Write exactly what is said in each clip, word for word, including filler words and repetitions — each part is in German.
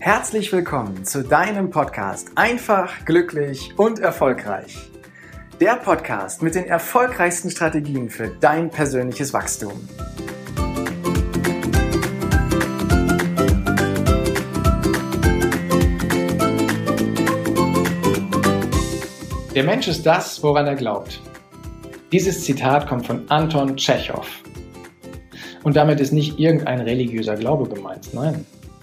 Herzlich willkommen zu deinem Podcast Einfach, glücklich und erfolgreich. Der Podcast mit den erfolgreichsten Strategien für dein persönliches Wachstum. Der Mensch ist das, woran er glaubt. Dieses Zitat kommt von Anton Tschechow. Und damit ist nicht irgendein religiöser Glaube gemeint, nein.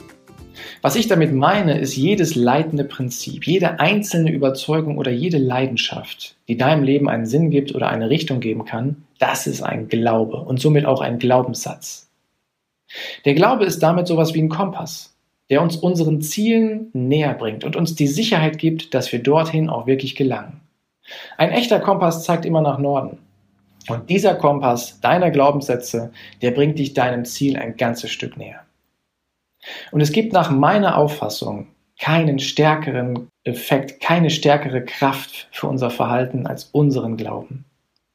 Was ich damit meine, ist jedes leitende Prinzip, jede einzelne Überzeugung oder jede Leidenschaft, die deinem Leben einen Sinn gibt oder eine Richtung geben kann, das ist ein Glaube und somit auch ein Glaubenssatz. Der Glaube ist damit sowas wie ein Kompass, der uns unseren Zielen näher bringt und uns die Sicherheit gibt, dass wir dorthin auch wirklich gelangen. Ein echter Kompass zeigt immer nach Norden. Und dieser Kompass deiner Glaubenssätze, der bringt dich deinem Ziel ein ganzes Stück näher. Und es gibt nach meiner Auffassung keinen stärkeren Effekt, keine stärkere Kraft für unser Verhalten als unseren Glauben.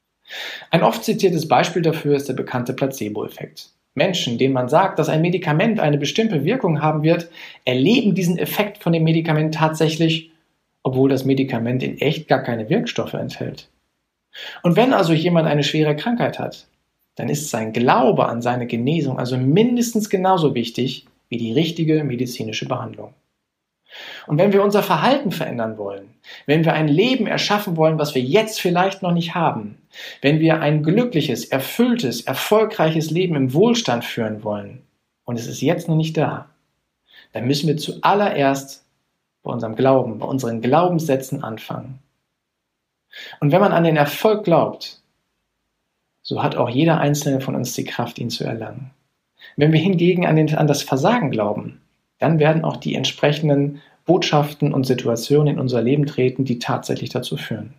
Ein oft zitiertes Beispiel dafür ist der bekannte Placebo-Effekt. Menschen, denen man sagt, dass ein Medikament eine bestimmte Wirkung haben wird, erleben diesen Effekt von dem Medikament tatsächlich, obwohl das Medikament in echt gar keine Wirkstoffe enthält. Und wenn also jemand eine schwere Krankheit hat, dann ist sein Glaube an seine Genesung also mindestens genauso wichtig wie die richtige medizinische Behandlung. Und wenn wir unser Verhalten verändern wollen, wenn wir ein Leben erschaffen wollen, was wir jetzt vielleicht noch nicht haben, wenn wir ein glückliches, erfülltes, erfolgreiches Leben im Wohlstand führen wollen und es ist jetzt noch nicht da, dann müssen wir zuallererst bei unserem Glauben, bei unseren Glaubenssätzen anfangen. Und wenn man an den Erfolg glaubt, so hat auch jeder Einzelne von uns die Kraft, ihn zu erlangen. Wenn wir hingegen an, den, an das Versagen glauben, dann werden auch die entsprechenden Botschaften und Situationen in unser Leben treten, die tatsächlich dazu führen.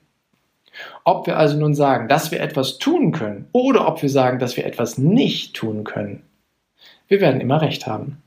Ob wir also nun sagen, dass wir etwas tun können oder ob wir sagen, dass wir etwas nicht tun können, wir werden immer recht haben.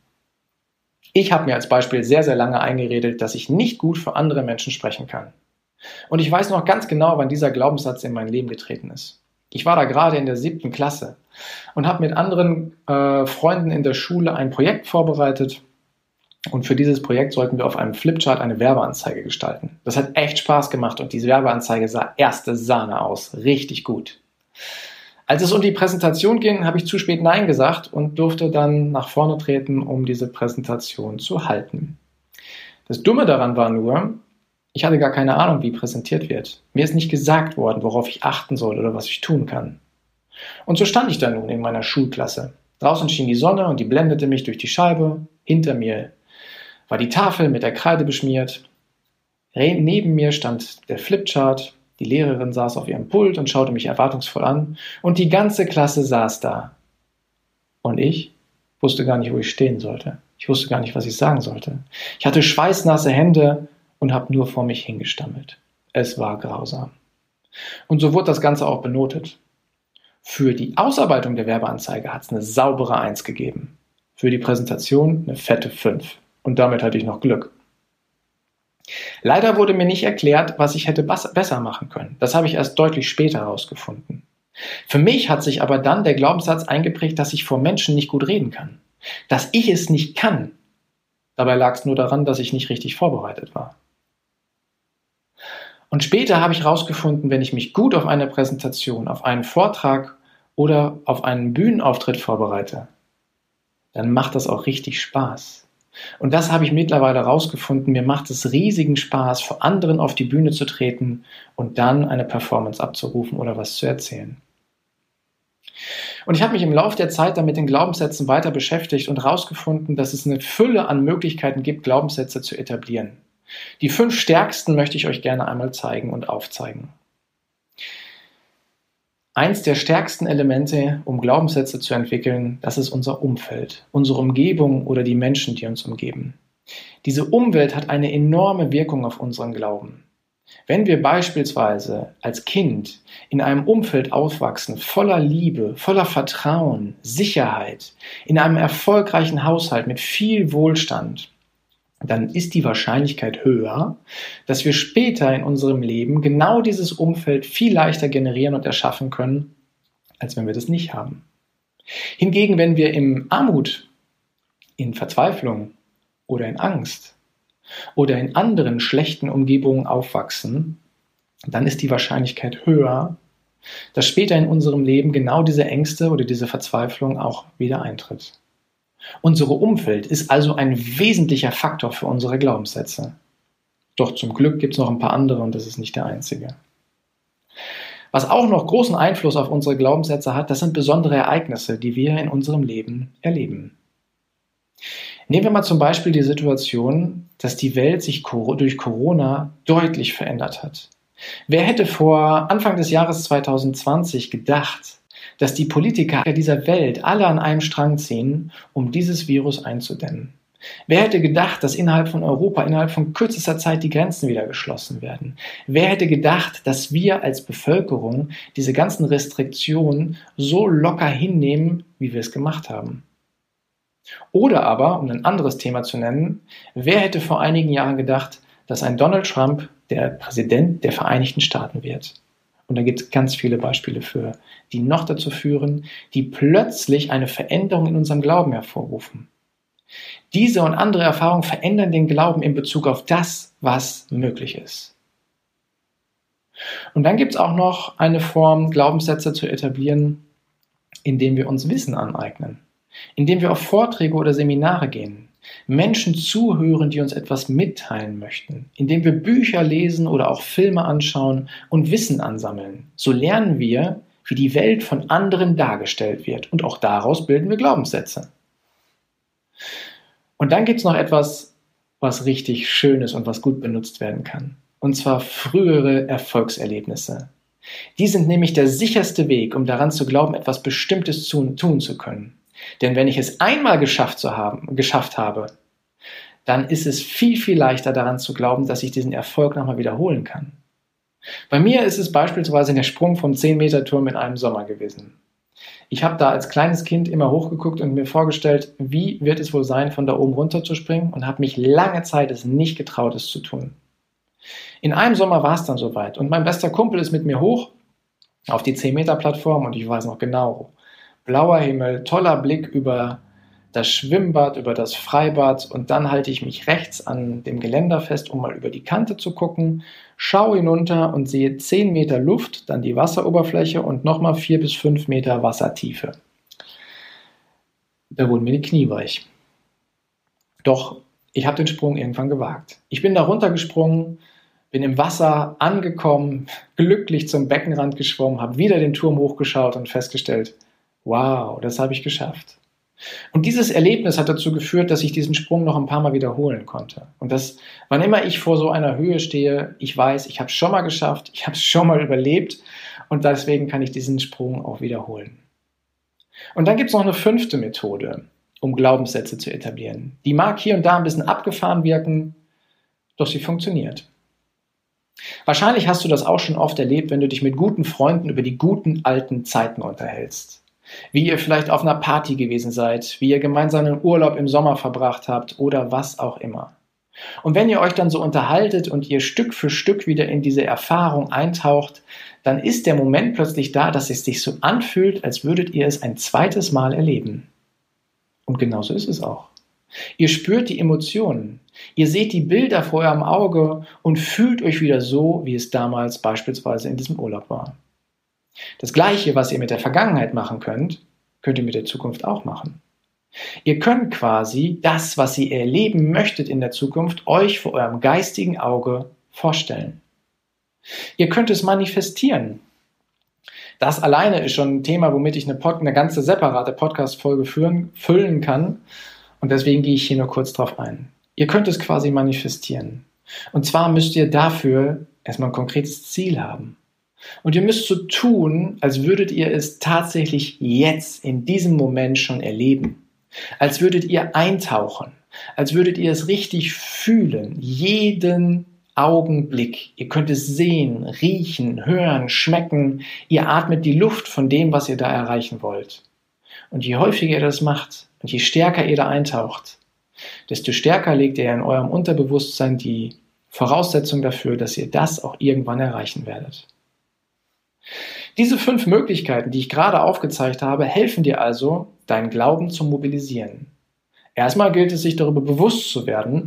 Ich habe mir als Beispiel sehr, sehr lange eingeredet, dass ich nicht gut für andere Menschen sprechen kann. Und ich weiß noch ganz genau, wann dieser Glaubenssatz in mein Leben getreten ist. Ich war da gerade in der siebten Klasse und habe mit anderen äh, Freunden in der Schule ein Projekt vorbereitet. Und für dieses Projekt sollten wir auf einem Flipchart eine Werbeanzeige gestalten. Das hat echt Spaß gemacht und diese Werbeanzeige sah erste Sahne aus. Richtig gut. Als es um die Präsentation ging, habe ich zu spät Nein gesagt und durfte dann nach vorne treten, um diese Präsentation zu halten. Das Dumme daran war nur, ich hatte gar keine Ahnung, wie präsentiert wird. Mir ist nicht gesagt worden, worauf ich achten soll oder was ich tun kann. Und so stand ich da nun in meiner Schulklasse. Draußen schien die Sonne und die blendete mich durch die Scheibe. Hinter mir war die Tafel mit der Kreide beschmiert. Neben mir stand der Flipchart. Die Lehrerin saß auf ihrem Pult und schaute mich erwartungsvoll an. Und die ganze Klasse saß da. Und ich wusste gar nicht, wo ich stehen sollte. Ich wusste gar nicht, was ich sagen sollte. Ich hatte schweißnasse Hände und habe nur vor mich hingestammelt. Es war grausam. Und so wurde das Ganze auch benotet. Für die Ausarbeitung der Werbeanzeige hat es eine saubere eins gegeben. Für die Präsentation eine fette fünf. Und damit hatte ich noch Glück. Leider wurde mir nicht erklärt, was ich hätte besser machen können. Das habe ich erst deutlich später herausgefunden. Für mich hat sich aber dann der Glaubenssatz eingeprägt, dass ich vor Menschen nicht gut reden kann. Dass ich es nicht kann. Dabei lag es nur daran, dass ich nicht richtig vorbereitet war. Und später habe ich herausgefunden, wenn ich mich gut auf eine Präsentation, auf einen Vortrag oder auf einen Bühnenauftritt vorbereite, dann macht das auch richtig Spaß. Und das habe ich mittlerweile herausgefunden. Mir macht es riesigen Spaß, vor anderen auf die Bühne zu treten und dann eine Performance abzurufen oder was zu erzählen. Und ich habe mich im Laufe der Zeit dann mit den Glaubenssätzen weiter beschäftigt und herausgefunden, dass es eine Fülle an Möglichkeiten gibt, Glaubenssätze zu etablieren. Die fünf stärksten möchte ich euch gerne einmal zeigen und aufzeigen. Eins der stärksten Elemente, um Glaubenssätze zu entwickeln, das ist unser Umfeld, unsere Umgebung oder die Menschen, die uns umgeben. Diese Umwelt hat eine enorme Wirkung auf unseren Glauben. Wenn wir beispielsweise als Kind in einem Umfeld aufwachsen, voller Liebe, voller Vertrauen, Sicherheit, in einem erfolgreichen Haushalt mit viel Wohlstand, dann ist die Wahrscheinlichkeit höher, dass wir später in unserem Leben genau dieses Umfeld viel leichter generieren und erschaffen können, als wenn wir das nicht haben. Hingegen, wenn wir in Armut, in Verzweiflung oder in Angst oder in anderen schlechten Umgebungen aufwachsen, dann ist die Wahrscheinlichkeit höher, dass später in unserem Leben genau diese Ängste oder diese Verzweiflung auch wieder eintritt. Unser Umfeld ist also ein wesentlicher Faktor für unsere Glaubenssätze. Doch zum Glück gibt es noch ein paar andere und das ist nicht der einzige. Was auch noch großen Einfluss auf unsere Glaubenssätze hat, das sind besondere Ereignisse, die wir in unserem Leben erleben. Nehmen wir mal zum Beispiel die Situation, dass die Welt sich durch Corona deutlich verändert hat. Wer hätte vor Anfang des Jahres zwanzig zwanzig gedacht, dass die Politiker dieser Welt alle an einem Strang ziehen, um dieses Virus einzudämmen? Wer hätte gedacht, dass innerhalb von Europa innerhalb von kürzester Zeit die Grenzen wieder geschlossen werden? Wer hätte gedacht, dass wir als Bevölkerung diese ganzen Restriktionen so locker hinnehmen, wie wir es gemacht haben? Oder aber, um ein anderes Thema zu nennen, wer hätte vor einigen Jahren gedacht, dass ein Donald Trump der Präsident der Vereinigten Staaten wird? Und da gibt es ganz viele Beispiele für, die noch dazu führen, die plötzlich eine Veränderung in unserem Glauben hervorrufen. Diese und andere Erfahrungen verändern den Glauben in Bezug auf das, was möglich ist. Und dann gibt es auch noch eine Form, Glaubenssätze zu etablieren, indem wir uns Wissen aneignen, indem wir auf Vorträge oder Seminare gehen, Menschen zuhören, die uns etwas mitteilen möchten, indem wir Bücher lesen oder auch Filme anschauen und Wissen ansammeln. So lernen wir, wie die Welt von anderen dargestellt wird und auch daraus bilden wir Glaubenssätze. Und dann gibt es noch etwas, was richtig schön ist und was gut benutzt werden kann. Und zwar frühere Erfolgserlebnisse. Die sind nämlich der sicherste Weg, um daran zu glauben, etwas Bestimmtes zu, tun zu können. Denn wenn ich es einmal geschafft, zu haben, geschafft habe, dann ist es viel, viel leichter daran zu glauben, dass ich diesen Erfolg nochmal wiederholen kann. Bei mir ist es beispielsweise der Sprung vom zehn Meter Turm in einem Sommer gewesen. Ich habe da als kleines Kind immer hochgeguckt und mir vorgestellt, wie wird es wohl sein, von da oben runter zu springen, und habe mich lange Zeit es nicht getraut, es zu tun. In einem Sommer war es dann soweit und mein bester Kumpel ist mit mir hoch auf die zehn Meter Plattform und ich weiß noch genau, blauer Himmel, toller Blick über das Schwimmbad, über das Freibad, und dann halte ich mich rechts an dem Geländer fest, um mal über die Kante zu gucken, schaue hinunter und sehe zehn Meter Luft, dann die Wasseroberfläche und nochmal vier bis fünf Meter Wassertiefe. Da wurden mir die Knie weich. Doch ich habe den Sprung irgendwann gewagt. Ich bin da runtergesprungen, bin im Wasser angekommen, glücklich zum Beckenrand geschwommen, habe wieder den Turm hochgeschaut und festgestellt, wow, das habe ich geschafft. Und dieses Erlebnis hat dazu geführt, dass ich diesen Sprung noch ein paar Mal wiederholen konnte. Und das, wann immer ich vor so einer Höhe stehe, ich weiß, ich habe es schon mal geschafft, ich habe es schon mal überlebt und deswegen kann ich diesen Sprung auch wiederholen. Und dann gibt es noch eine fünfte Methode, um Glaubenssätze zu etablieren. Die mag hier und da ein bisschen abgefahren wirken, doch sie funktioniert. Wahrscheinlich hast du das auch schon oft erlebt, wenn du dich mit guten Freunden über die guten alten Zeiten unterhältst. Wie ihr vielleicht auf einer Party gewesen seid, wie ihr gemeinsam einen Urlaub im Sommer verbracht habt oder was auch immer. Und wenn ihr euch dann so unterhaltet und ihr Stück für Stück wieder in diese Erfahrung eintaucht, dann ist der Moment plötzlich da, dass es sich so anfühlt, als würdet ihr es ein zweites Mal erleben. Und genauso ist es auch. Ihr spürt die Emotionen, ihr seht die Bilder vor eurem Auge und fühlt euch wieder so, wie es damals beispielsweise in diesem Urlaub war. Das Gleiche, was ihr mit der Vergangenheit machen könnt, könnt ihr mit der Zukunft auch machen. Ihr könnt quasi das, was ihr erleben möchtet in der Zukunft, euch vor eurem geistigen Auge vorstellen. Ihr könnt es manifestieren. Das alleine ist schon ein Thema, womit ich eine, Pod- eine ganze separate Podcast-Folge führen, füllen kann. Und deswegen gehe ich hier nur kurz drauf ein. Ihr könnt es quasi manifestieren. Und zwar müsst ihr dafür erstmal ein konkretes Ziel haben. Und ihr müsst so tun, als würdet ihr es tatsächlich jetzt in diesem Moment schon erleben. Als würdet ihr eintauchen, als würdet ihr es richtig fühlen, jeden Augenblick. Ihr könnt es sehen, riechen, hören, schmecken. Ihr atmet die Luft von dem, was ihr da erreichen wollt. Und je häufiger ihr das macht und je stärker ihr da eintaucht, desto stärker legt ihr in eurem Unterbewusstsein die Voraussetzung dafür, dass ihr das auch irgendwann erreichen werdet. Diese fünf Möglichkeiten, die ich gerade aufgezeigt habe, helfen dir also, deinen Glauben zu mobilisieren. Erstmal gilt es, sich darüber bewusst zu werden,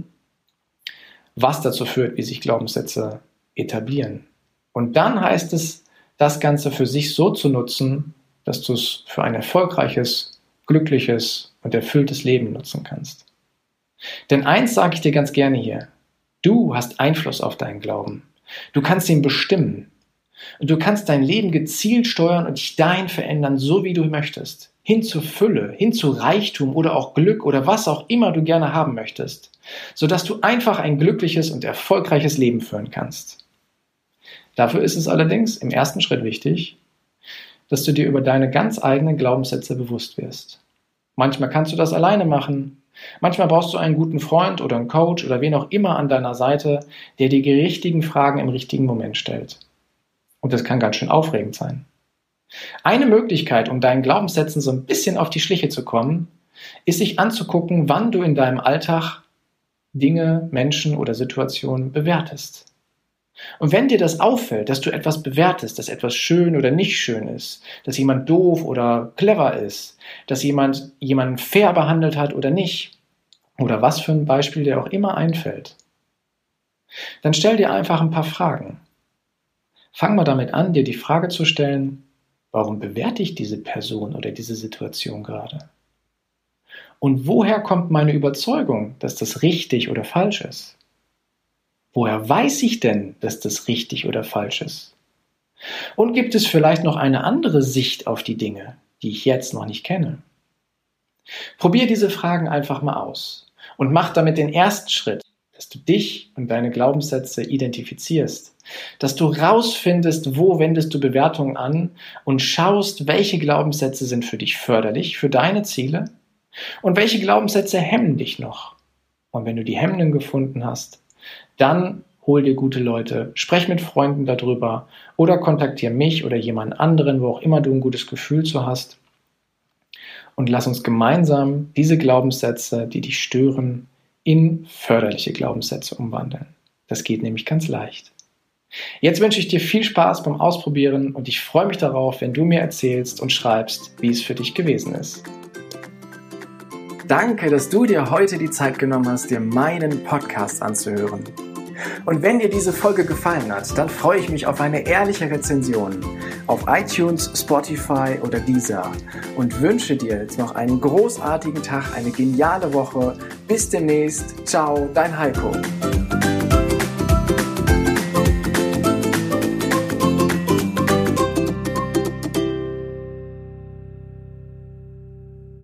was dazu führt, wie sich Glaubenssätze etablieren. Und dann heißt es, das Ganze für sich so zu nutzen, dass du es für ein erfolgreiches, glückliches und erfülltes Leben nutzen kannst. Denn eins sage ich dir ganz gerne hier: Du hast Einfluss auf deinen Glauben. Du kannst ihn bestimmen. Und du kannst dein Leben gezielt steuern und dich dahin verändern, so wie du möchtest. Hin zur Fülle, hin zu Reichtum oder auch Glück oder was auch immer du gerne haben möchtest. Sodass du einfach ein glückliches und erfolgreiches Leben führen kannst. Dafür ist es allerdings im ersten Schritt wichtig, dass du dir über deine ganz eigenen Glaubenssätze bewusst wirst. Manchmal kannst du das alleine machen. Manchmal brauchst du einen guten Freund oder einen Coach oder wen auch immer an deiner Seite, der dir die richtigen Fragen im richtigen Moment stellt. Und das kann ganz schön aufregend sein. Eine Möglichkeit, um deinen Glaubenssätzen so ein bisschen auf die Schliche zu kommen, ist, sich anzugucken, wann du in deinem Alltag Dinge, Menschen oder Situationen bewertest. Und wenn dir das auffällt, dass du etwas bewertest, dass etwas schön oder nicht schön ist, dass jemand doof oder clever ist, dass jemand jemanden fair behandelt hat oder nicht, oder was für ein Beispiel dir auch immer einfällt, dann stell dir einfach ein paar Fragen. Fang mal damit an, dir die Frage zu stellen: Warum bewerte ich diese Person oder diese Situation gerade? Und woher kommt meine Überzeugung, dass das richtig oder falsch ist? Woher weiß ich denn, dass das richtig oder falsch ist? Und gibt es vielleicht noch eine andere Sicht auf die Dinge, die ich jetzt noch nicht kenne? Probier diese Fragen einfach mal aus und mach damit den ersten Schritt, dass du dich und deine Glaubenssätze identifizierst, dass du rausfindest, wo wendest du Bewertungen an und schaust, welche Glaubenssätze sind für dich förderlich, für deine Ziele und welche Glaubenssätze hemmen dich noch. Und wenn du die Hemmenden gefunden hast, dann hol dir gute Leute, sprech mit Freunden darüber oder kontaktiere mich oder jemand anderen, wo auch immer du ein gutes Gefühl zu hast, und lass uns gemeinsam diese Glaubenssätze, die dich stören, in förderliche Glaubenssätze umwandeln. Das geht nämlich ganz leicht. Jetzt wünsche ich dir viel Spaß beim Ausprobieren und ich freue mich darauf, wenn du mir erzählst und schreibst, wie es für dich gewesen ist. Danke, dass du dir heute die Zeit genommen hast, dir meinen Podcast anzuhören. Und wenn dir diese Folge gefallen hat, dann freue ich mich auf eine ehrliche Rezension auf iTunes, Spotify oder Deezer und wünsche dir jetzt noch einen großartigen Tag, eine geniale Woche. Bis demnächst. Ciao, dein Heiko.